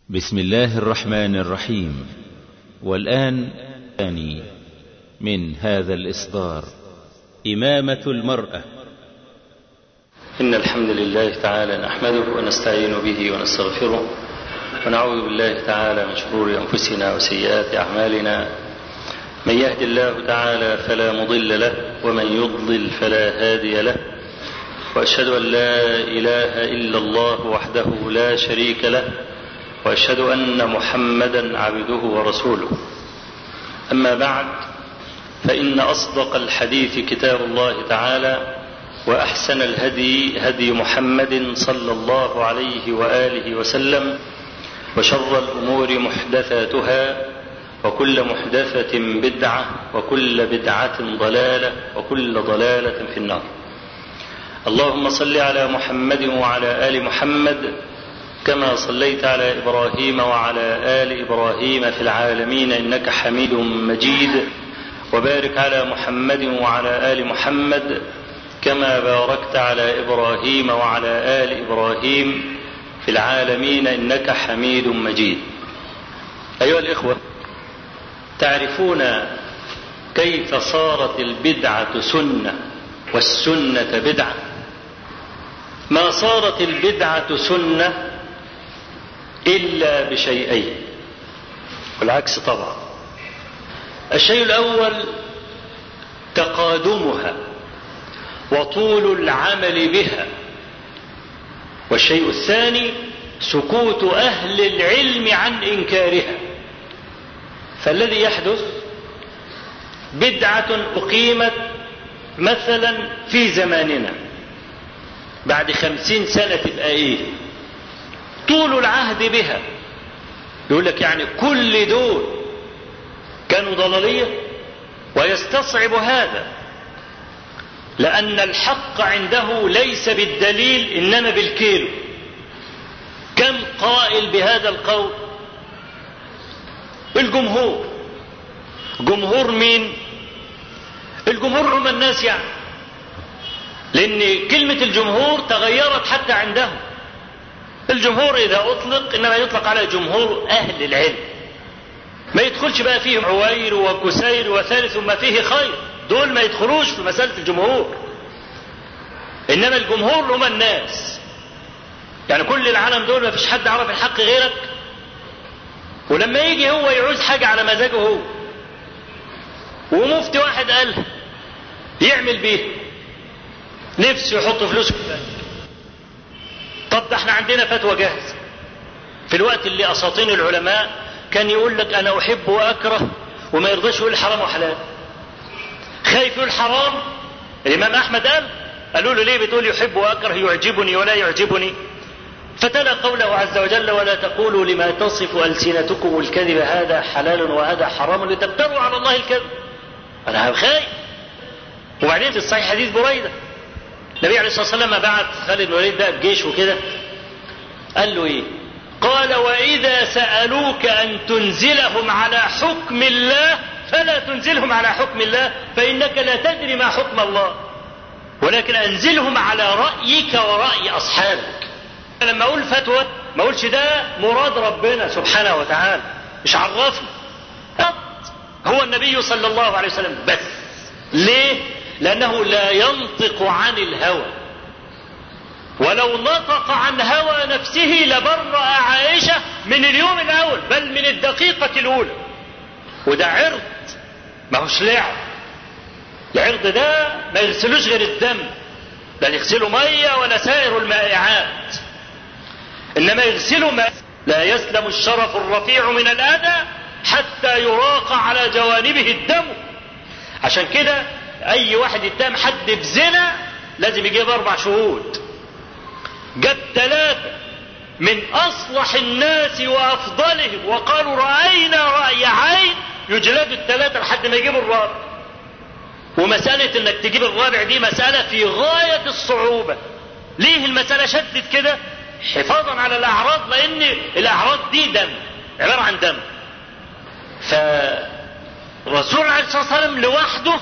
بسم الله الرحمن الرحيم. والآن من هذا الإصدار: إمامة المرأة. إن الحمد لله تعالى نحمده ونستعين به ونستغفره ونعوذ بالله تعالى من شرور أنفسنا وسيئات أعمالنا. من يهد الله تعالى فلا مضل له ومن يضلل فلا هادي له، وأشهد أن لا إله إلا الله وحده لا شريك له، وأشهد أن محمدا عبده ورسوله. أما بعد، فإن أصدق الحديث كتاب الله تعالى، وأحسن الهدي هدي محمد صلى الله عليه وآله وسلم، وشر الأمور محدثاتها، وكل محدثة بدعة، وكل بدعة ضلالة، وكل ضلالة في النار. اللهم صل على محمد وعلى آل محمد كما صليت على إبراهيم وعلى آل إبراهيم في العالمين إنك حميد مجيد، وبارك على محمد وعلى آل محمد كما باركت على إبراهيم وعلى آل إبراهيم في العالمين إنك حميد مجيد. أيها الإخوة، تعرفون كيف صارت البدعة سنة والسنة بدعة؟ ما صارت البدعة سنة إلا بشيئين، والعكس طبعا. الشيء الأول تقادمها وطول العمل بها، والشيء الثاني سكوت أهل العلم عن إنكارها. فالذي يحدث بدعة أقيمت مثلا في زماننا، بعد 50 سنة تبقى إيه؟ طول العهد بها. يقول لك يعني كل دول كانوا ضلالية، ويستصعب هذا لأن الحق عنده ليس بالدليل إنما بالكيلو. كم قائل بهذا القول؟ الجمهور. جمهور مين؟ الجمهور هم الناس يعني، لأن كلمة الجمهور تغيرت حتى عندهم. الجمهور إذا أطلق إنما يطلق على جمهور أهل العلم، ما يدخلش بقى فيه عوير وكسير وثالث ما فيه خير، دول ما يدخلوش في مسألة الجمهور. إنما الجمهور هم الناس، يعني كل العالم دول ما فيش حد عرف الحق غيرك، ولما يجي هو يعوز حاجة على مزاجه هو، ومفتي واحد قالها يعمل بيه، نفسه يحط فلوس في البنك. طب ده احنا عندنا فتوى جاهزة في الوقت اللي أساطين العلماء كان يقول لك أنا أحب وأكره، وما يرضاش يقول حرام وحلال، خايف يقول حرام. الإمام أحمد قالوا له ليه بتقول يحب وأكره، يعجبني ولا يعجبني؟ فتلا قوله عز وجل: ولا تقولوا لما تصف ألسنتكم الكذب هذا حلال وهذا حرام لتفتروا على الله الكذب. أنا خايف. وبعدين في الصحيح حديث بريدة، النبي عليه الصلاة والسلام بعت خالد بن الوليد ده بجيش وكده، قال له ايه؟ قال: وإذا سألوك أن تنزلهم على حكم الله فلا تنزلهم على حكم الله، فإنك لا تدري ما حكم الله، ولكن أنزلهم على رأيك ورأي أصحابك. لما أقول فتوى ما أقولش ده مراد ربنا سبحانه وتعالى، مش عرفني. هو النبي صلى الله عليه وسلم بس. ليه؟ لأنه لا ينطق عن الهوى، ولو نطق عن هوى نفسه لبرأ عائشة من اليوم الأول، بل من الدقيقة الأولى. وده عرض، ما هوش لعب. العرض ده ما يغسلوش غير الدم، لا يغسلوا مية ولا سائر المائعات، إنما يغسلوا ما لا يسلم الشرف الرفيع من الأذى حتى يراق على جوانبه الدم. عشان كده أي واحد يتهم حد بزنا لازم يجيب 4 شهود. جاب 3 من أصلح الناس وأفضلهم وقالوا رأينا رأي عين، يجلدوا ال3 لحد ما يجيبوا الرابع. ومسألة انك تجيب الرابع دي مسألة في غاية الصعوبة. ليه المسألة شدت كده؟ حفاظا على الأعراض، لأن الأعراض دي دم، عبارة عن دم. فالرسول عليه الصلاة والسلام لوحده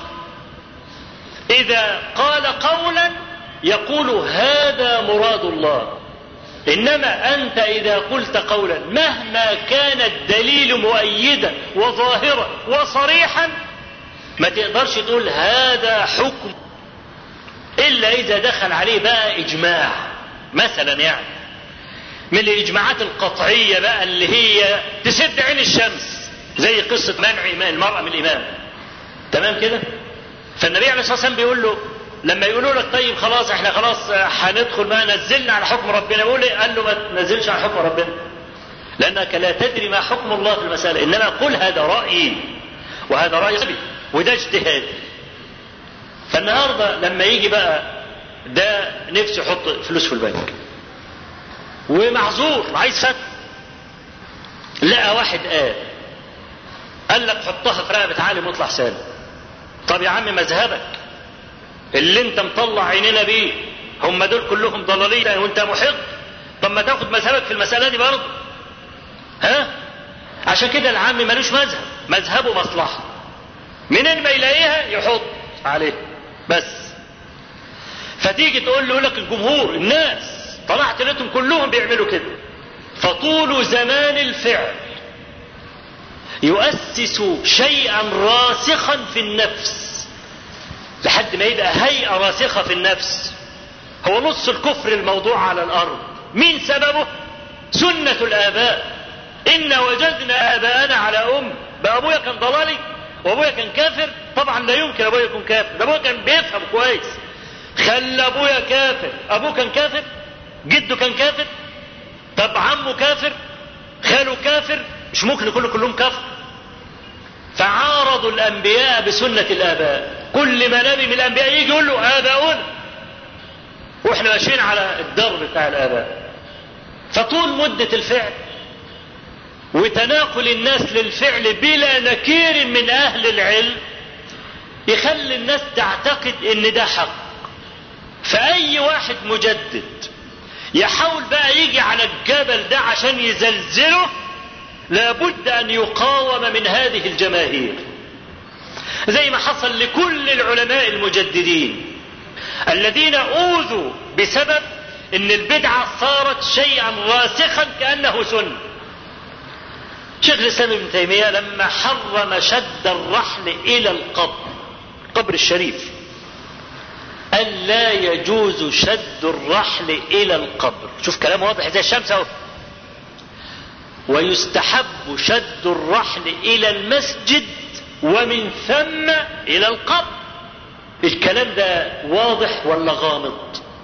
إذا قال قولا يقول هذا مراد الله، إنما أنت إذا قلت قولا مهما كان الدليل مؤيدا وظاهرا وصريحا ما تقدرش تقول هذا حكم إلا إذا دخل عليه بقى إجماع، مثلا يعني من الإجماعات القطعية بقى اللي هي تسد عين الشمس، زي قصة منع المرأة من الإمام. تمام كده؟ فالنبي عليه الصلاة والسلام بيقول له لما يقولوا لك طيب خلاص احنا خلاص هندخل بقى نزلنا على حكم ربنا، يقول لي قال له ما تنزلش على حكم ربنا لأنك لا تدري ما حكم الله في المسألة، إنما قل هذا رأيي وهذا رأي صبي وده اجتهاد. فالنهاردة لما يجي بقى ده نفسه يحط فلوس في البنك ومعذور عايز فتح، لقى واحد قال لك حطها في رقبة عالم واطلع سالم. طب يا عم مذهبك اللي انت مطلع عيننا بيه هم دول كلهم ضلالين وانت محق، طب ما تاخد مذهبك في المسألة دي برضه. ها؟ عشان كده العام ملوش مذهب، مذهبه مصلحة، منين ما يلاقيها يحط عليه بس. فتيجي تقول له لك الجمهور الناس طلعت لقيتهم كلهم بيعملوا كده. فطول زمان الفعل يؤسس شيئا راسخا في النفس لحد ما يبقى هيئة راسخة في النفس. هو نص الكفر الموضوع على الأرض مين سببه؟ سنة الآباء. إن وجدنا آباءنا على بقى أبويا كان ضلالي وأبويا كان كافر؟ طبعا لا يمكن أبويا يكون كافر، ده أبويا كان بيفهم كويس. خلى أبويا كافر، أبوه كان كافر، جده كان كافر، طب عمه كافر، خاله كافر، مش ممكن يكونوا كلهم كافر. فعارضوا الأنبياء بسنة الآباء. كل ما نبي من الأنبياء يجي يقول له آباؤنا، وإحنا ماشيين على الدرب بتاع الآباء. فطول مدة الفعل وتناقل الناس للفعل بلا نكير من أهل العلم يخلي الناس تعتقد إن ده حق. فأي واحد مجدد يحاول بقى يجي على الجبل ده عشان يزلزله لابد أن يقاوم من هذه الجماهير، زي ما حصل لكل العلماء المجددين الذين أوذوا بسبب أن البدعة صارت شيئا راسخا كأنه سنة. شيخ الإسلام ابن تيمية لما حرم شد الرحل إلى القبر الشريف قال لا يجوز شد الرحل إلى القبر. شوف كلام واضح زي الشمس اهو. ويستحب شد الرحل إلى المسجد ومن ثم إلى القبر. الكلام ده واضح ولا غامض؟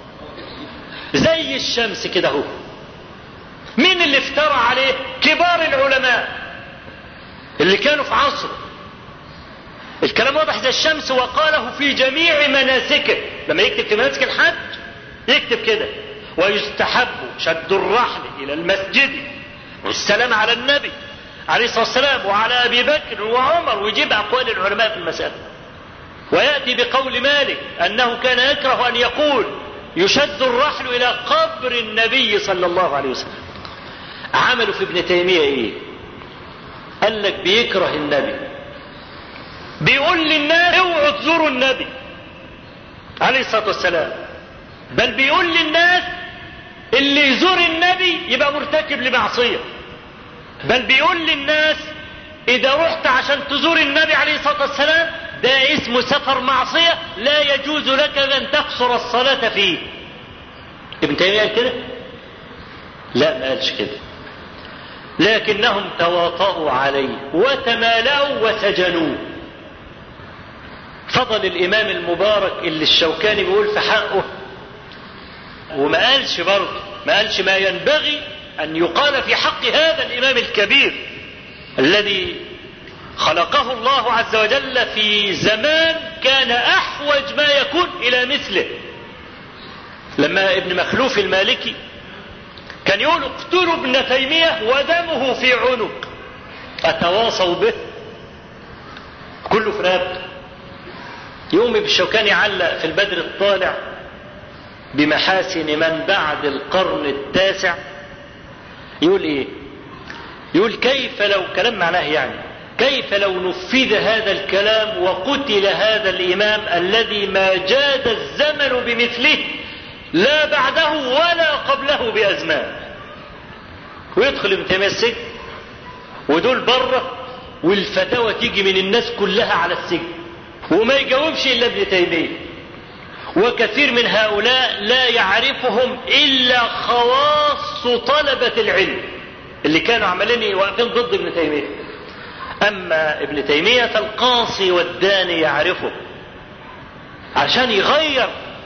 زي الشمس كده اهو. مين اللي افترى عليه؟ كبار العلماء اللي كانوا في عصره. الكلام واضح زي الشمس، وقاله في جميع مناسكه. لما يكتب في مناسك الحج يكتب كده ويستحب شد الرحل إلى المسجد والسلام على النبي عليه الصلاة والسلام وعلى أبي بكر وعمر، ويجيب أقوال العلماء في المسألة. ويأتي بقول مالك أنه كان يكره أن يقول يشد الرحل إلى قبر النبي صلى الله عليه وسلم. عملوا في ابن تيمية إيه؟ قال لك بيكره النبي، بيقول للناس اوعوا تزوروا النبي عليه الصلاة والسلام، بل بيقول للناس اللي يزور النبي يبقى مرتكب لمعصية، بل بيقول للناس إذا رحت عشان تزور النبي عليه الصلاة والسلام ده اسمه سفر معصية لا يجوز لك أن تقصر الصلاة فيه. ابن تيمية قال كده؟ لا ما قالش كده، لكنهم تواطؤوا عليه وتمالأوا وسجنوه. فضل الإمام المبارك اللي الشوكاني بيقول في حقه وما قالش برضه، ما قالش ما ينبغي أن يقال في حق هذا الإمام الكبير الذي خلقه الله عز وجل في زمان كان أحوج ما يكون إلى مثله. لما ابن مخلوف المالكي كان يقول اقتلوا ابن تيمية ودمه في عنق، أتواصوا به كله في رابط. يوم الشوكاني علق في البدر الطالع بمحاسن من بعد القرن التاسع يقول ايه؟ يقول كيف لو، كلام معناه يعني كيف لو نفذ هذا الكلام وقتل هذا الإمام الذي ما جاد الزمن بمثله لا بعده ولا قبله بأزمان. ويدخل ابن تيمية السجن ودول بره، والفتاوى تيجي من الناس كلها على السجن وما يجاوبش الا ابن تيمية. وكثير من هؤلاء لا يعرفهم الا خواص طلبة العلم اللي كانوا عمالين واقفين ضد ابن تيمية. اما ابن تيمية القاصي والداني يعرفه عشان يغير.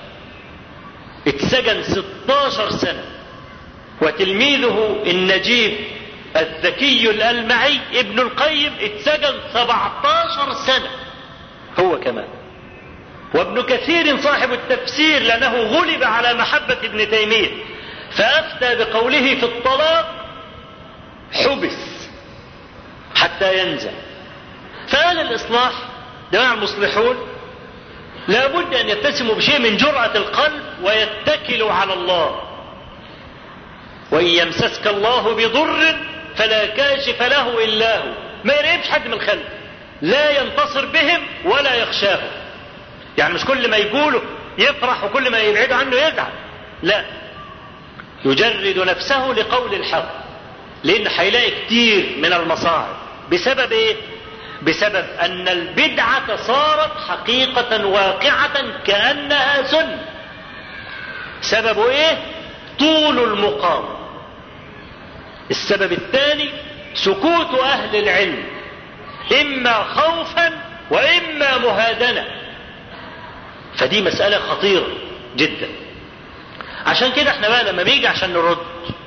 اتسجن 16 سنة، وتلميذه النجيب الذكي الألمعي ابن القيم اتسجن 17 سنة هو كمان. وابن كثير صاحب التفسير لأنه غلب على محبة ابن تيمية فأفتى بقوله في الطلاق حبس حتى ينزل. فقال الإصلاح جماعة المصلحون لابد أن يتسموا بشيء من جرأة القلب ويتكلوا على الله. وإن يمسسك الله بضر فلا كاشف له إلا هو، ما يريبش حد من الخلق، لا ينتصر بهم ولا يخشاهم. يعني مش كل ما يقوله يفرح وكل ما يبعد عنه يزعل، لا، يجرد نفسه لقول الحق، لأن هيلاقي كتير من المصاعب. بسبب إيه؟ بسبب أن البدعة صارت حقيقة واقعة كأنها سنة. سببه إيه؟ طول المقام. السبب الثاني سكوت أهل العلم، إما خوفا وإما مهادنة. فدي مسألة خطيرة جدا. عشان كده احنا بقى لما بيجي عشان نرد،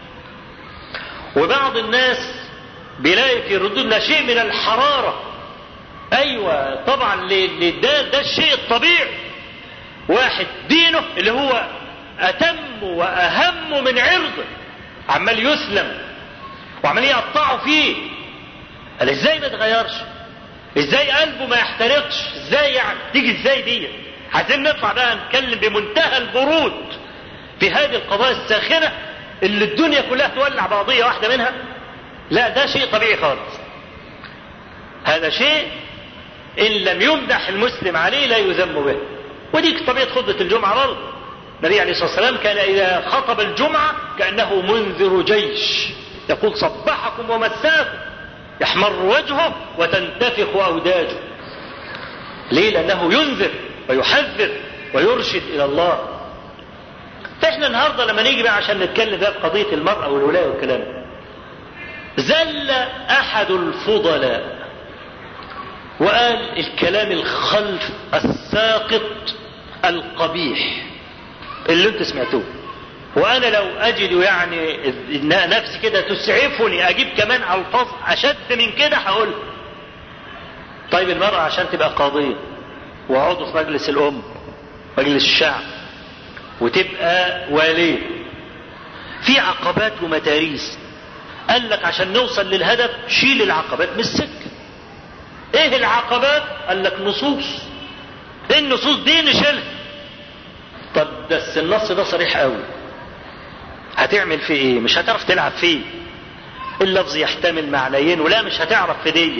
وبعض الناس بيلاقي في ردودنا شيء من الحرارة. ايوه طبعا ده الشيء الطبيعي. واحد دينه اللي هو اتم واهم من عرضه عمال يسلم وعمال يقطعوا فيه، قال ازاي ما تغيرش؟ ازاي قلبه ما يحترقش؟ ازاي يعني تيجي ازاي دي؟ عايزين نطلع بقى نتكلم بمنتهى البرود في هذه القضايا الساخنة اللي الدنيا كلها تولع بقضية واحدة منها. لا، ده شيء طبيعي خالص. هذا شيء إن لم يمدح المسلم عليه لا يذم به. ودي طبيعة خطبة الجمعة برضه. النبي عليه الصلاة والسلام كان إذا خطب الجمعة كأنه منذر جيش، يقول صبحكم ومساكم، يحمر وجهه وتنتفخ أوداجه. ليه؟ لأنه ينذر ويحذر ويرشد إلى الله. فإحنا النهاردة لما نيجي بقى عشان نتكلم بقى في قضية المرأة والولاية والكلام، زل أحد الفضلاء وقال الكلام الخلف الساقط القبيح اللي انت سمعتوه. وانا لو اجد يعني نفسي كده تسعفني اجيب كمان الفاظ اشد من كده هقول. طيب المرأة عشان تبقى قاضية وعضو في مجلس الام مجلس الشعب وتبقى والية، في عقبات ومتاريس. قال لك عشان نوصل للهدف شيل العقبات من السكة. ايه العقبات؟ قال لك نصوص. ايه النصوص دي؟ نشيلها. طب بس النص ده صريح قوي، هتعمل فيه ايه؟ مش هتعرف تلعب فيه. اللفظ يحتمل معنيين ولا مش هتعرف في دي.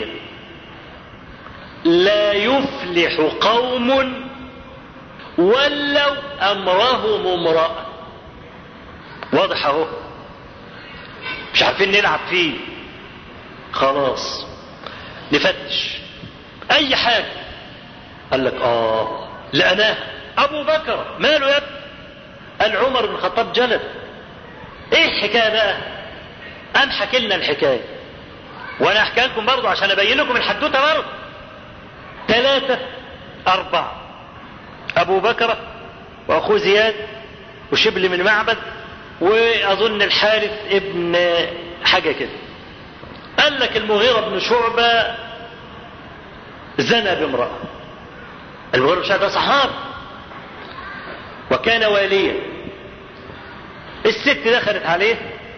لا يفلح قوم ولوا امرهم امرأة. واضح اهو، مش عارفين نلعب فيه. خلاص نفتش اي حاجة. قال لك لقناه ابو بكر ماله يا ابني؟ قال عمر بن الخطاب جلد. ايه الحكاية بقى؟ قام حكي لنا الحكاية وانا احكي لكم برضو عشان ابين لكم الحدوتة برضو. 3 4 ابو بكر واخوه زياد وشبل من معبد واظن الحارث ابن حاجة كده. قال لك المغيرة بن شعبة زنى بامرأة. المغيرة بن شعبة ده صحابي وكان واليا. الست دخلت عليه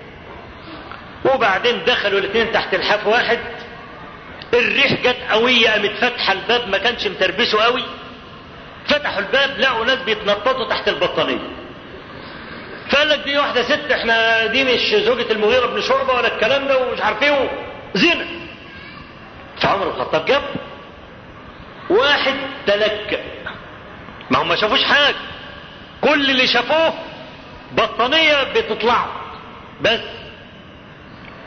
وبعدين دخلوا الاثنين تحت الحاف واحد. الريح جت قوية قامت فاتحة الباب، ما كانش متربسه قوي. فتحوا الباب لقوا ناس بيتنططوا تحت البطانية. فقال لك دي واحدة ست، احنا دي مش زوجة المغيرة بن شعبة ولا الكلام ده ومش عارف ايه زنا. فعمر بن الخطاب جاب واحد تلكأ، ما هم ما شافوش حاجة، كل اللي شافوه بطانية بتطلع بس.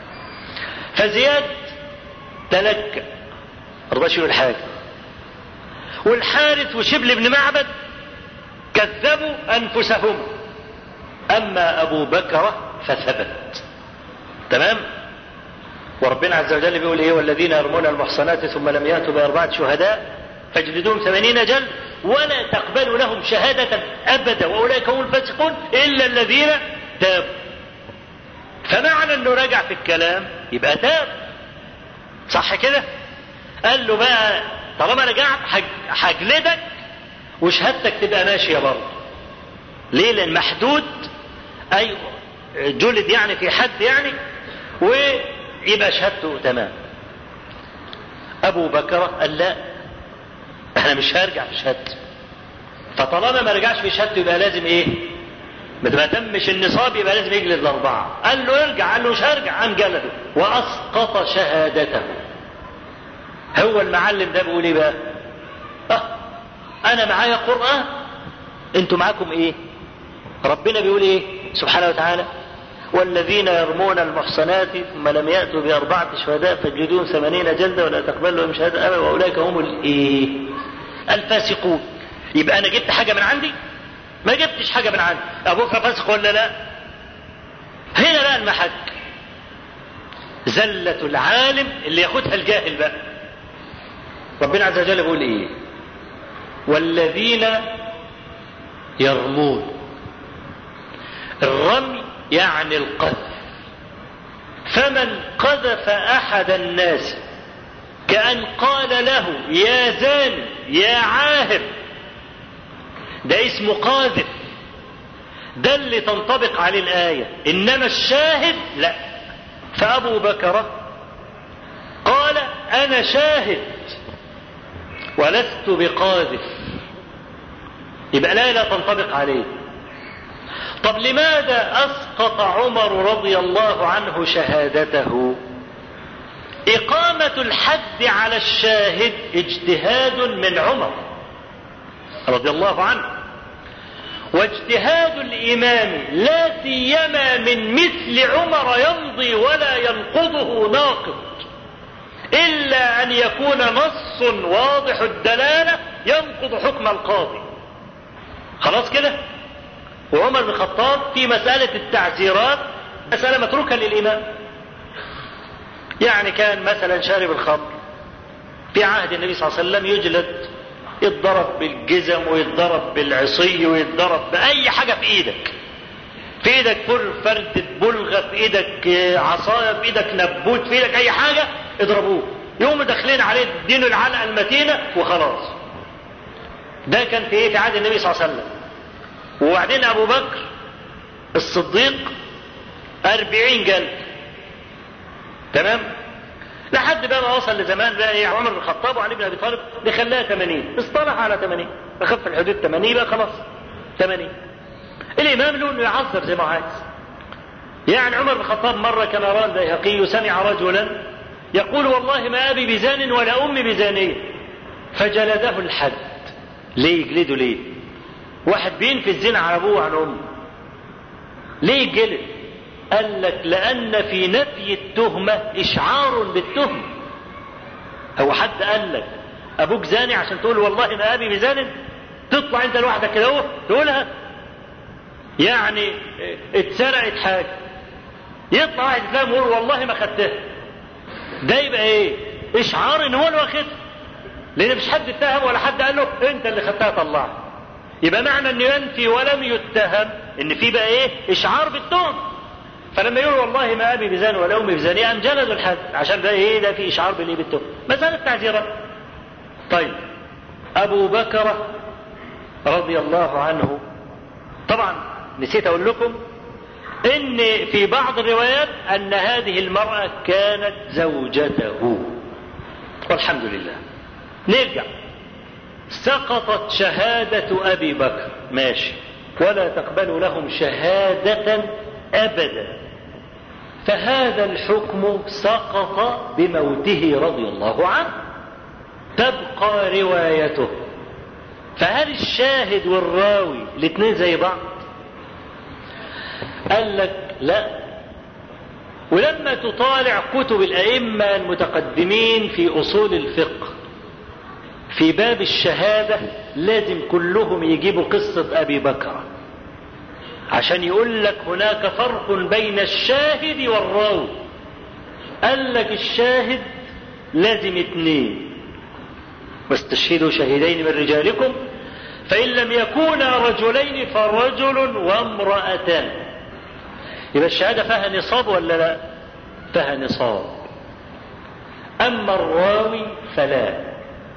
فزياد تلكأ مرضاش يقول حاجة، والحارث وشبل بن معبد كذبوا أنفسهم، أما أبو بكر فثبت. تمام. وربنا عز وجل بيقول ايه؟ والذين يرمون المحصنات ثم لم يأتوا بأربعة شهداء فاجلدوهم 80 جلد ولا تقبلوا لهم شهادة أبدا وأولئك هم الفاسقون إلا الذين تابوا. فمعنى انه رجع في الكلام يبقى تاب، صح كده؟ قال له بقى طالما رجعت هجلدك وشهادتك تبقى ماشية برضه. ليه؟ لأن محدود، أي جلد يعني في حد يعني، ويبقى شهادته تمام. أبو بكر قال لا، أنا مش هرجع في شهادتي. فطالما ما رجعش في شهادته يبقى لازم إيه؟ ما تمش النصاب يبقى لازم يجلد الأربعة. قال له ارجع، قال له مش هرجع، قام جلده وأسقط شهادته. هو المعلم ده بيقول ايه بقى؟ انا معايا قرآن، انتوا معاكم ايه؟ ربنا بيقول ايه سبحانه وتعالى؟ والذين يرمون المحصنات ثم لم يأتوا بأربعة شهداء فاجلدوهم 80 جلدة ولا تقبل لهم شهادة أبدا وأولئك هم الايه؟ الفاسقون. يبقى انا جبت حاجة من عندي؟ ما جبتش حاجة من عندي. ابوك فاسق ولا لا؟ هنا بقى المحك، زلة العالم اللي ياخدها الجاهل بقى. ربنا عز وجل يقول ايه؟ والذين يرمون. الرمي يعني القذف. فمن قذف احد الناس كأن قال له يا زاني يا عاهر، ده اسمه قاذف، ده اللي تنطبق عليه الآية. انما الشاهد لا. فأبو بكر قال انا شاهد ولست بقاذف، يبقى لا تنطبق عليه. طب لماذا أسقط عمر رضي الله عنه شهادته؟ إقامة الحد على الشاهد اجتهاد من عمر رضي الله عنه، واجتهاد الإمام لا سيما من مثل عمر يمضي ولا ينقضه ناقض إلا أن يكون نص واضح الدلالة ينقض حكم القاضي. خلاص كده؟ وعمر بن الخطاب في مسألة التعزيرات مسألة متروكة للإمام. يعني كان مثلا شارب الخمر في عهد النبي صلى الله عليه وسلم يجلد، يتضرب بالجزم ويتضرب بالعصي ويتضرب بأي حاجة في إيدك. في إيدك فردة بلغة، في إيدك عصاية، في إيدك نبوت، في إيدك أي حاجة اضربوه. يوم داخلين عليه ادينوا العلقة المتينة وخلاص. ده كان في ايه؟ في عهد النبي صلى الله عليه وسلم. وبعدين ابو بكر الصديق 40 جلد. تمام. لحد بقى ما وصل لزمان بقى ايه؟ عمر بن الخطاب وعلي بن ابي طالب بيخليها 80، اصطلح على 80، اخف الحدود 80 بقى خلاص 80. الامام له انه يعذر زي ما عايز. يعني عمر بن الخطاب مرة كما روى البيهقي سمع رجلا يقول والله ما ابي بزان ولا امي بزانية، فجلده الحد. ليه يجلده؟ ليه؟ واحد بينفي الزنا على ابوه وعن امه، ليه جلد؟ قال لك لان في نفي التهمة اشعار بالتهمة. هو حد قال لك ابوك زاني عشان تقول والله ما ابي بزان؟ تطلع انت لوحدك كده اهو تقولها؟ يعني اتسرقت حاجة يطلع واحد يتكلم ويقول والله ما خدتها، ده يبقى ايه؟ اشعار ان هو اللي واخدها، لان مش حد اتهم ولا حد قال له انت اللي خدتها طلعها. يبقى معنى انه ينفي ولم يتهم ان في بقى ايه؟ اشعار بالتهم. فلما يقول والله ما ابي بزان ولا امي بزانية قام جلدوا الحد عشان ده ايه؟ ده في اشعار بالايه؟ بالتهم. مسألة تعزيرات. طيب ابو بكر رضي الله عنه، طبعا نسيت اقول لكم ان في بعض الروايات ان هذه المرأة كانت زوجته، والحمد لله. نرجع. سقطت شهادة ابي بكر، ماشي، ولا تقبل لهم شهادة ابدا، فهذا الحكم سقط بموته رضي الله عنه، تبقى روايته. فهل الشاهد والراوي الاثنين زي بعض؟ قال لك لا، ولما تطالع كتب الأئمة المتقدمين في أصول الفقه في باب الشهادة لازم كلهم يجيبوا قصة أبي بكر، عشان يقول لك هناك فرق بين الشاهد والراوي. قال لك الشاهد لازم 2، واستشهدوا شهيدين من رجالكم فإن لم يكونا رجلين فرجل وامرأتان. يبقى الشهادة فيها نصاب ولا لا؟ فيها نصاب. أما الراوي فلا،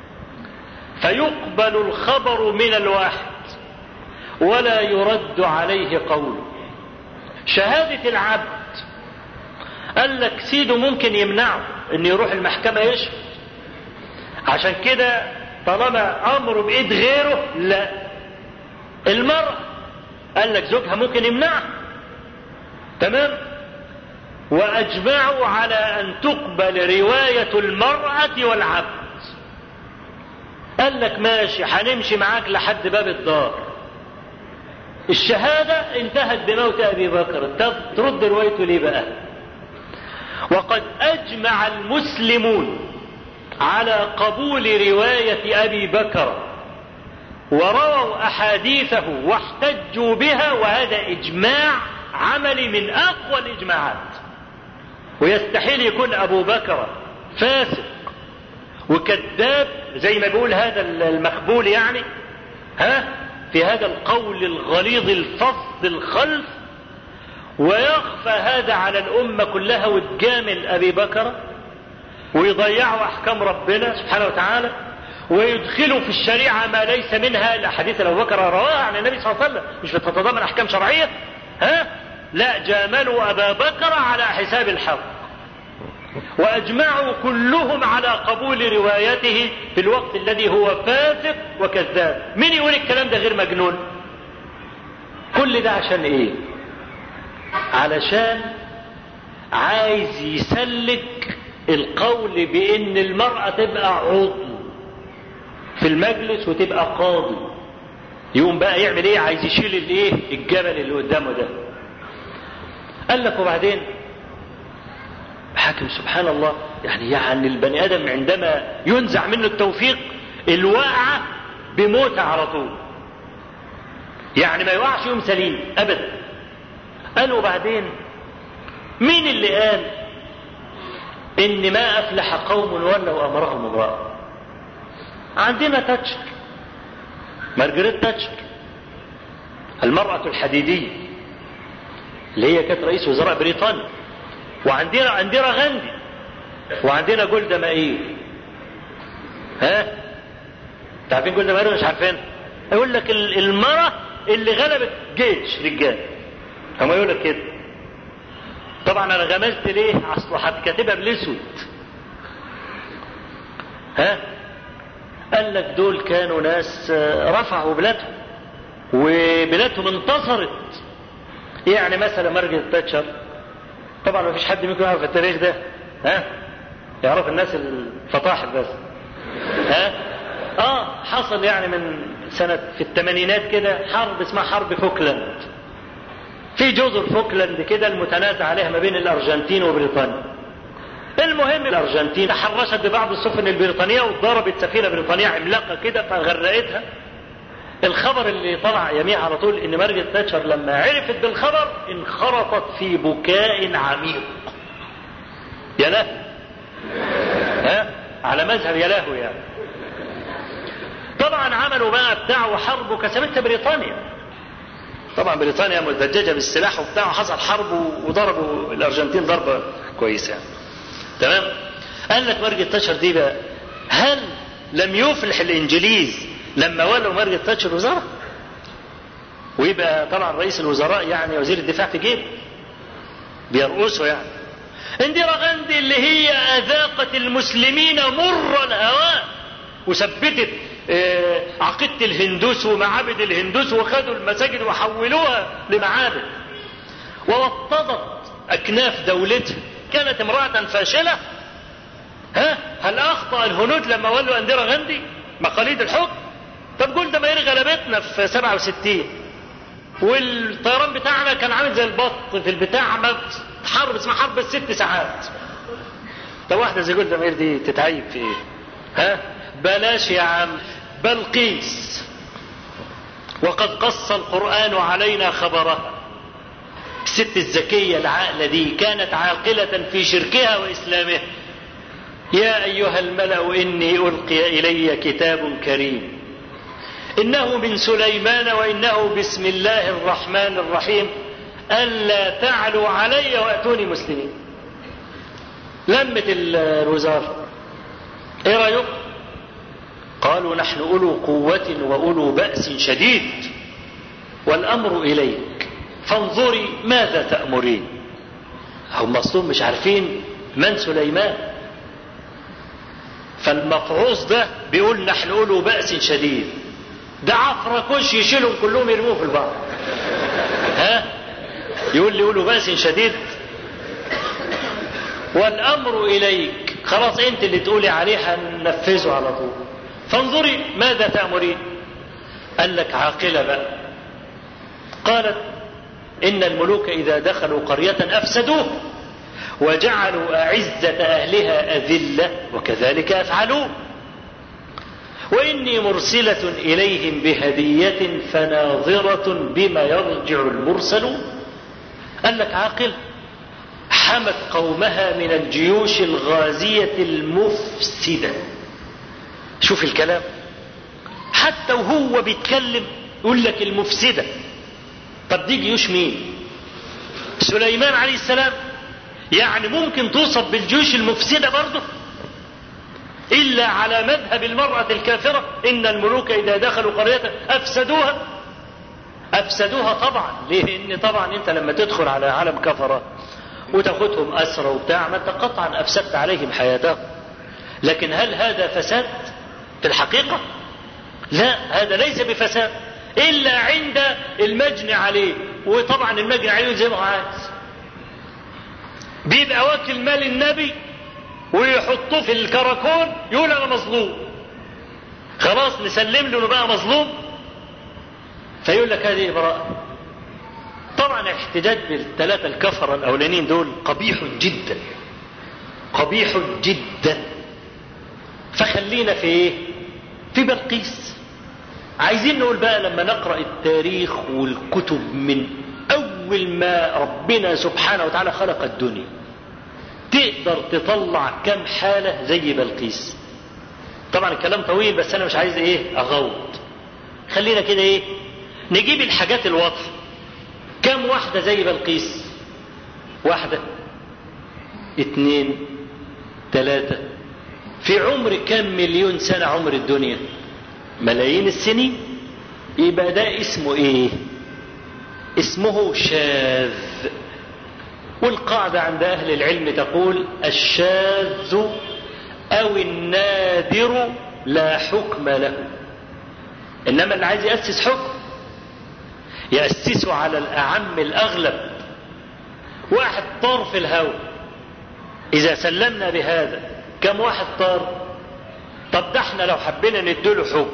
فيقبل الخبر من الواحد ولا يرد عليه قوله. شهادة العبد قال لك سيده ممكن يمنعه ان يروح المحكمة يشهد، عشان كده طالما امره بايد غيره لا. المرأة قال لك زوجها ممكن يمنعها، تمام. واجمعوا على ان تقبل رواية المرأة والعبد. قال لك ماشي هنمشي معاك لحد باب الدار. الشهادة انتهت بموت ابي بكر، طب ترد روايته ليه بقى؟ وقد اجمع المسلمون على قبول رواية ابي بكر ورووا احاديثه واحتجوا بها، وهذا اجماع عملي من اقوى الاجماعات. ويستحيل يكون ابو بكر فاسق وكذاب زي ما بيقول هذا المخبول يعني في هذا القول الغليظ الفظ الخلف، ويخفى هذا على الأمة كلها وتجامل أبي بكر ويضيعوا أحكام ربنا سبحانه وتعالى ويدخلوا في الشريعة ما ليس منها. الأحاديث أبو بكر رواها عن النبي صلى الله عليه وسلم مش بتتضمن أحكام شرعية. لا، جاملوا أبا بكر على حساب الحق، وأجمعوا كلهم على قبول روايته في الوقت الذي هو فاسق وكذاب. مين يقول الكلام ده غير مجنون؟ كل ده عشان ايه؟ علشان عايز يسلك القول بان المرأة تبقى عضو في المجلس وتبقى قاضي. يقوم بقى يعمل ايه؟ عايز يشيل الايه؟ الجبل اللي قدامه ده. قال لك وبعدين حاكم سبحان الله، يعني البني ادم عندما ينزع منه التوفيق الواقعة بموت على طول، يعني ما يوقعش يوم سليم ابدا. قالوا بعدين مين اللي قال ان ما افلح قوم ولوا امرهم امرأة؟ عندنا تاتشر، مارجريت تاتشر المرأة الحديدية اللي هي كانت رئيس وزراء بريطانيا، وعندنا انديرا غاندي، وعندنا جولدا مائير. تعرفين جولدا مائير مش عارفين؟ يقول لك المرأة اللي غلبت جيش رجال، هم يقول لك كده. طبعا انا غمزت ليه؟ اصل كاتبها بالاسود. قال لك دول كانوا ناس رفعوا بلادهم وبلادهم انتصرت. يعني مثلا مارجريت تاتشر، طبعا ما فيش حد منكم يعرف التاريخ ده، يعرف الناس الفطاحل بس. حصل يعني من سنة في الثمانينات كده حرب اسمها حرب فوكلاند، في جزر فوكلاند كده المتنازع عليها ما بين الارجنتين وبريطانيا. المهم الارجنتين تحرشت ببعض السفن البريطانية وضربت سفينة بريطانية عملاقة كده فغرقتها. الخبر اللي طلع يميع على طول ان مارجريت تاتشر لما عرفت بالخبر انخرطت في بكاء عميق. يا له على مذهب يا له يعني. طبعا عملوا بقى بتاعه حرب وكسبتها بريطانيا. طبعا بريطانيا مزدججة بالسلاح وبتاعه، حصل حرب وضربوا الارجنتين ضربة كويسة يعني. تمام. قال لك مارجريت تاتشر دي بقى، هل لم يفلح الانجليز لما ولوا مارجريت تاتشر وزارة؟ ويبقى طبعا رئيس الوزراء يعني وزير الدفاع في جيبه بيرقصه يعني. انديرا غاندي اللي هي اذاقت المسلمين مر الهواء وثبتت عقيدة الهندوس ومعابد الهندوس وخدوا المساجد وحولوها لمعابد ووطدت اكناف دولتها، كانت امرأة فاشلة. هل اخطأ الهنود لما ولوا انديرا غاندي مقاليد الحكم؟ طب جولدا مائير غلبتنا في 67 والطيران بتاعنا كان عامل زي البط في البتاع، حرب اسمها حرب ال6 ساعات. طب واحدة زي جولدا مائير دي تتعيب في ايه؟ ها؟ بلاش يا عم. بلقيس وقد قص القرآن علينا خبرها، الست الذكية العاقلة دي كانت عاقلة في شركها وإسلامها. يا أيها الملأ إني ألقي إلي كتاب كريم إنه من سليمان وإنه بسم الله الرحمن الرحيم ألا تعلوا علي وأتوني مسلمين. لمت الوزارة، إيه رأيك؟ قالوا نحن أولو قوة وأولو بأس شديد والأمر إليك فانظري ماذا تأمرين. هم أصلهم مش عارفين من سليمان، فالمفعوص ده بيقول نحن أولو بأس شديد، ده عفركوش يشيلهم كلهم يرموه في البحر. ها؟ يقول لي أولو بأس شديد والأمر إليك، خلاص أنت اللي تقولي عليه هننفذه على طول. فانظري ماذا تأمرين. قال لك عاقلة بقى. قالت إن الملوك إذا دخلوا قرية أفسدوه وجعلوا أعزة أهلها أذلة وكذلك أفعلون وإني مرسلة إليهم بهدية فناظرة بما يرجع المرسلون. قال لك عاقل حمت قومها من الجيوش الغازية المفسدة. شوف الكلام، حتى وهو بيتكلم يقول لك المفسدة. طب دي جيوش مين؟ سليمان عليه السلام. يعني ممكن توصف بالجيوش المفسدة برضه إلا على مذهب المرأة الكافرة إن الملوك إذا دخلوا قرية أفسدوها طبعا. ليه؟ لأن طبعا أنت لما تدخل على عالم كفرة وتاخدهم أسرى وبتاع، ما أنت قطعا أفسدت عليهم حياتهم. لكن هل هذا فساد في الحقيقة؟ لا، هذا ليس بفساد إلا عند المجني عليه. وطبعا المجني عليه زي ما هو عايز، بيبقى واكل مال النبي ويحطوه في الكراكون يقول أنا مظلوم، خلاص نسلم له انه بقى مظلوم، فيقول لك هذه براءة. طبعا الاحتجاج بالثلاثة الكفرة الأولانيين دول قبيح جدا، قبيح جدا. فخلينا في ايه؟ في بلقيس. عايزين نقول بقى لما نقرأ التاريخ والكتب من أول ما ربنا سبحانه وتعالى خلق الدنيا، تقدر تطلع كم حالة زي بلقيس. طبعا الكلام طويل بس أنا مش عايز ايه أغوط، خلينا كده ايه نجيب الحاجات الواضحة. كم واحدة زي بلقيس؟ واحدة، اتنين، تلاتة. في عمر كم مليون سنة عمر الدنيا؟ ملايين السنين. يبقى ده اسمه ايه؟ اسمه شاذ. والقاعدة عند أهل العلم تقول الشاذ أو النادر لا حكم له. إنما اللي عايز يأسس حكم يأسسه على الأعم الأغلب. واحد طار في الهواء، إذا سلمنا بهذا كم واحد طار؟ طب ده احنا لو حبينا نديله حكم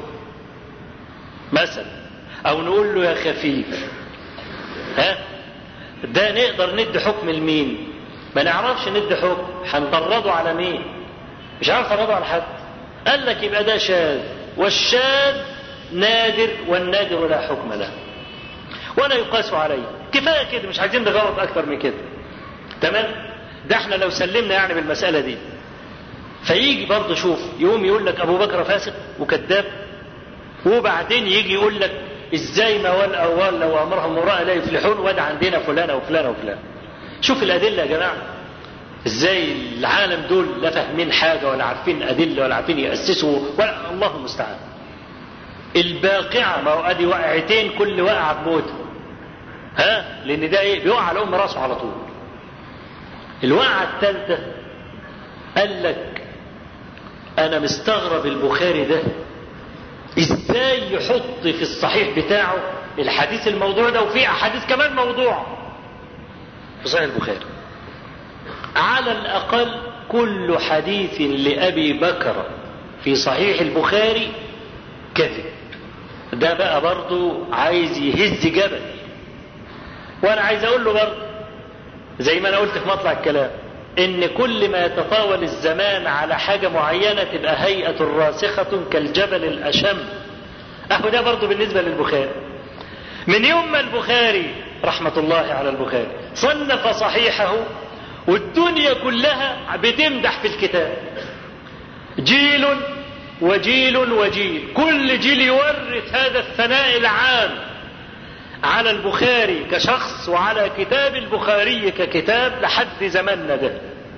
مثلا أو نقول له يا خفيف، ها، ده نقدر ندي حكم لمين؟ ما نعرفش ندي حكم، هنطرده على مين؟ مش عارف نطرده على حد. قال لك يبقى ده شاذ، والشاذ نادر والنادر لا حكم له ولا يقاس عليه. كفايه كده، مش عايزين نغلط اكتر من كده. تمام؟ ده احنا لو سلمنا يعني بالمساله دي، فيجي برضه شوف يقوم يقول لك ابو بكر فاسق وكذاب، وبعدين يجي يقول لك ازاي ما والأول لو امرهم امرأة لا يفلحون، وده عندنا فلانة وفلانة وفلانة. شوف الأدلة يا جماعة، ازاي العالم دول لا فاهمين حاجة ولا عارفين أدلة ولا عارفين يأسسوا ولا الله المستعان. الباقعة ما هو ادي وقعتين كل وقعة بموت، ها، لأن ده ايه بيقع على أم راسه على طول. الوقعة الثالثة قال لك أنا مستغرب البخاري ده ازاي يحط في الصحيح بتاعه الحديث الموضوع ده، وفي احاديث كمان موضوع في صحيح البخاري. على الاقل كل حديث لابي بكر في صحيح البخاري كذب. ده بقى برضو عايز يهز جبل. وانا عايز اقول له برضه زي ما انا قلت في مطلع الكلام ان كل ما يتطاول الزمان على حاجة معينة تبقى هيئة راسخة كالجبل الاشم. اهو ده برضه بالنسبة للبخاري. من يوم ما البخاري رحمة الله على البخاري صنف صحيحه والدنيا كلها بتمدح في الكتاب، جيل وجيل وجيل، كل جيل يورث هذا الثناء العام على البخاري كشخص وعلى كتاب البخاري ككتاب لحد زماننا ده،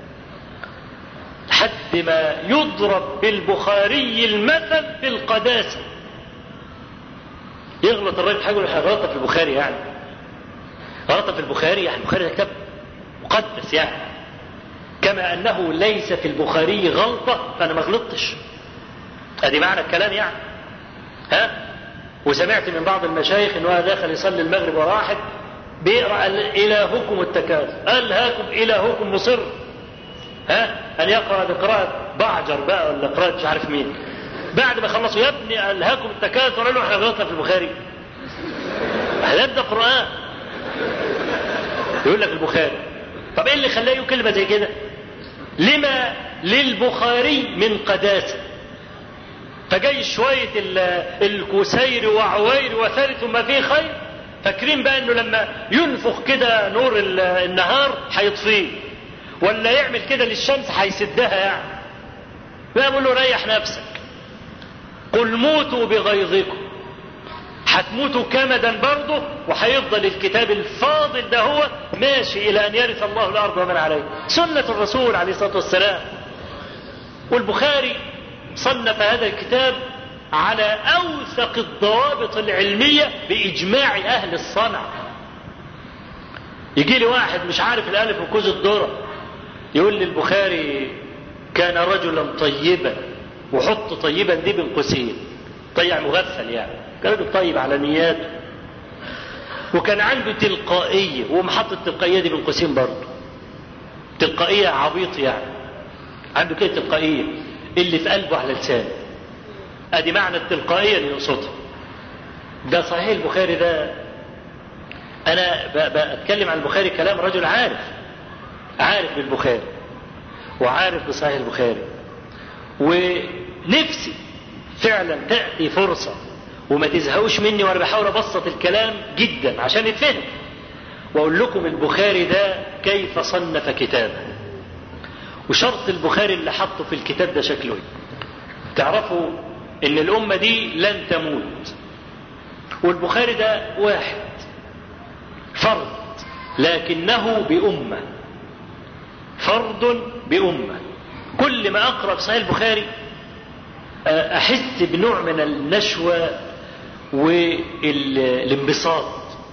لحد ما يضرب بالبخاري المثل في القداسة. يغلط الراجل حاجة ولا غلطة في البخاري، يعني غلطة في البخاري، يعني البخاري ده كتاب مقدس يعني، كما أنه ليس في البخاري غلطة فأنا ما غلطتش. ادي معنى الكلام يعني. ها؟ وسمعت من بعض المشايخ انه داخل يصلي المغرب وراحت بيقرأ الهكم التكاثر، الهاكم الهكم مصر ها ان يقرأ بقراءة بعجر بقى ولا قراءة مش عارف مين. بعد ما خلصوا يا ابني الهاكم التكاثر قالوا احنا غلطنا في البخاري. هذا ده قرآن يقول لك البخاري. طب ايه اللي خلاه يقول كلمة زي كده؟ لما للبخاري من قداسة. فجاي شوية الكسير وعوير وثالث ما فيه خير، فاكرين بقى انه لما ينفخ كده نور النهار هيطفيه، ولا يعمل كده للشمس هيسدها يعني. بقول له ريح نفسك، قل موتوا بغيظكم، هتموتوا كمدا برضه، وهيفضل الكتاب الفاضل ده هو ماشي الى ان يرث الله الارض ومن عليه، سنة الرسول عليه الصلاة والسلام. والبخاري صنف هذا الكتاب على اوثق الضوابط العلمية باجماع اهل الصنع. يجي لي واحد مش عارف الالف وكوز الذرة يقول لي البخاري كان رجلا طيبا، وحط طيبا دي بين قوسين، طيع مغفل يعني، كان راجل طيب على نياته، وكان عنده تلقائية، ومحط التلقائية دي بين قوسين برضه، تلقائية عبيط يعني، عنده كده تلقائية اللي في قلبه على لسانه. ادي معنى التلقائية اللي يقصدها. ده صحيح البخاري ده، انا بتكلم عن البخاري كلام رجل عارف بالبخاري وعارف بصحيح البخاري، ونفسي فعلا تأتي فرصة وما تزهقوش مني وانا بحاول ابسط الكلام جدا عشان يتفهم، واقول لكم البخاري ده كيف صنف كتابه، وشرط البخاري اللي حطه في الكتاب ده شكله ايه. تعرفوا ان الامة دي لن تموت، والبخاري ده واحد فرد لكنه بأمة، فرد بأمة. كل ما اقرأ في صحيح البخاري احس بنوع من النشوة والانبساط،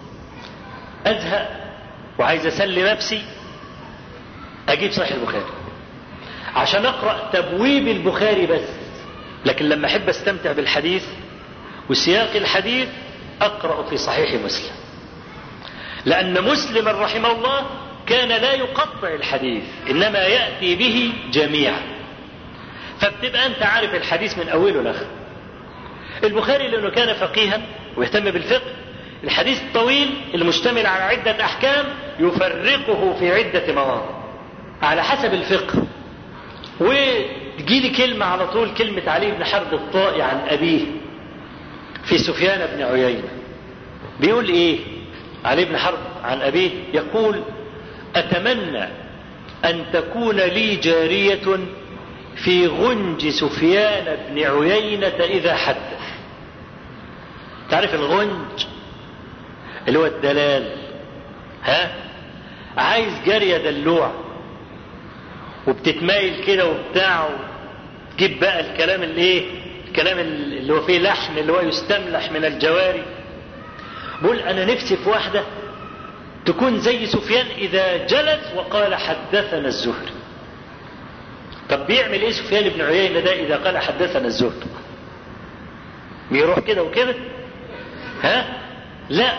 ازهق وعايز اسلي نفسي اجيب صحيح البخاري عشان اقرأ تبويب البخاري بس، لكن لما احب استمتع بالحديث وسياق الحديث اقرأ في صحيح مسلم، لان مسلم رحمه الله كان لا يقطع الحديث انما يأتي به جميعا، فبتبقى انت عارف الحديث من اوله لاخره. البخاري لانه كان فقيها ويهتم بالفقه، الحديث الطويل المشتمل على عدة احكام يفرقه في عدة مواضع على حسب الفقه. وتجيلي كلمة على طول، كلمة علي بن حرب الطائي عن ابيه في سفيان بن عيينة، بيقول ايه علي بن حرب عن ابيه؟ يقول اتمنى ان تكون لي جارية في غنج سفيان بن عيينة اذا حدث. تعرف الغنج اللي هو الدلال، ها؟ عايز جارية دلوع وبتتمايل كده وبتاع، تجيب بقى الكلام اللي ايه، الكلام اللي هو فيه لحن، اللي هو يستملح من الجواري. بقول انا نفسي في واحدة تكون زي سفيان اذا جلس وقال حدثنا الزهري. طب بيعمل ايه سفيان بن عيينة ده اذا قال حدثنا الزهري؟ بيروح كده وكده؟ ها؟ لا،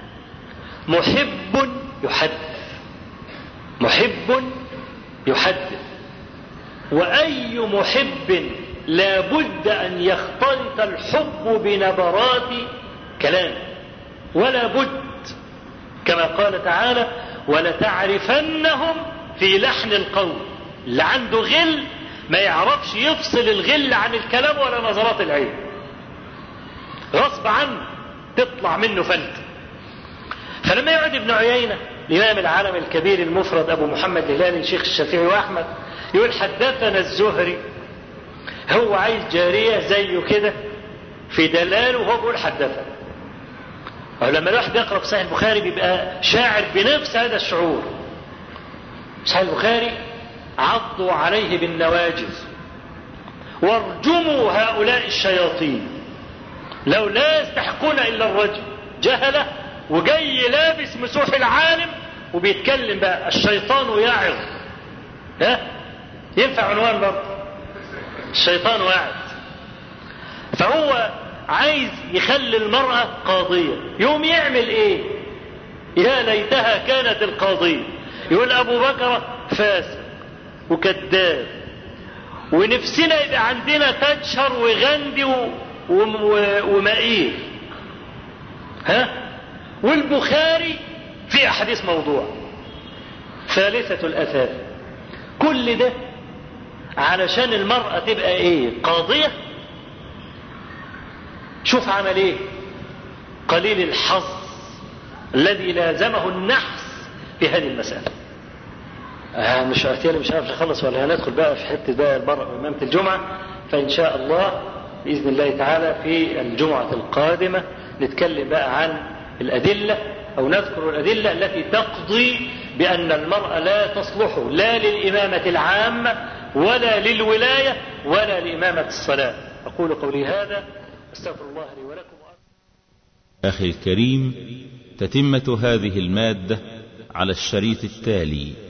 محب يحدث، محب يحدث. واي محب لا بد ان يختلط الحب بنبرات كلام، ولا بد كما قال تعالى ولتعرفنهم في لحن القول. اللي عنده غل ما يعرفش يفصل الغل عن الكلام ولا نظرات العين، غصب عنه تطلع منه فلت. فلما يقعد ابن عيينة الإمام العالم الكبير المفرد أبو محمد الهلالي الشيخ الشافعي وأحمد يقول حدثنا الزهري، هو عايز جارية زيه كده في دلاله وهو بيقول حدثنا. ولما الواحد يقرأ في صحيح البخاري بيبقى شاعر بنفس هذا الشعور. صحيح البخاري عضوا عليه بالنواجذ وارجموا هؤلاء الشياطين، لو لا يستحقون إلا الرجم، جهلة وجاي لابس مسوح العالم وبيتكلم بقى الشيطان يعظ. ها ينفع عنوان برضه الشيطان واعظ. فهو عايز يخلي المرأة قاضية، يوم يعمل ايه؟ يا ليتها كانت القاضية. يقول ابو بكر فاسق وكذاب، ونفسنا يبقى عندنا تتشر وغندي ومائير. ها والبخاري في احاديث موضوع. ثالثة الاثار. كل ده علشان المرأة تبقى ايه؟ قاضية. شوف عمل ايه قليل الحظ الذي لازمه النحس في هذه المسألة. مش عارف اخلص ولا هندخل بقى في حتة بقى المرأة وإمامة الجمعة. فإن شاء الله بإذن الله تعالى في الجمعة القادمة نتكلم بقى عن الأدلة أو نذكر الأدلة التي تقضي بأن المرأة لا تصلح لا للإمامة العامة ولا للولاية ولا لإمامة الصلاة. أقول قولي هذا استغفر الله لي ولكم. أخي الكريم، تتمة هذه المادة على الشريط التالي.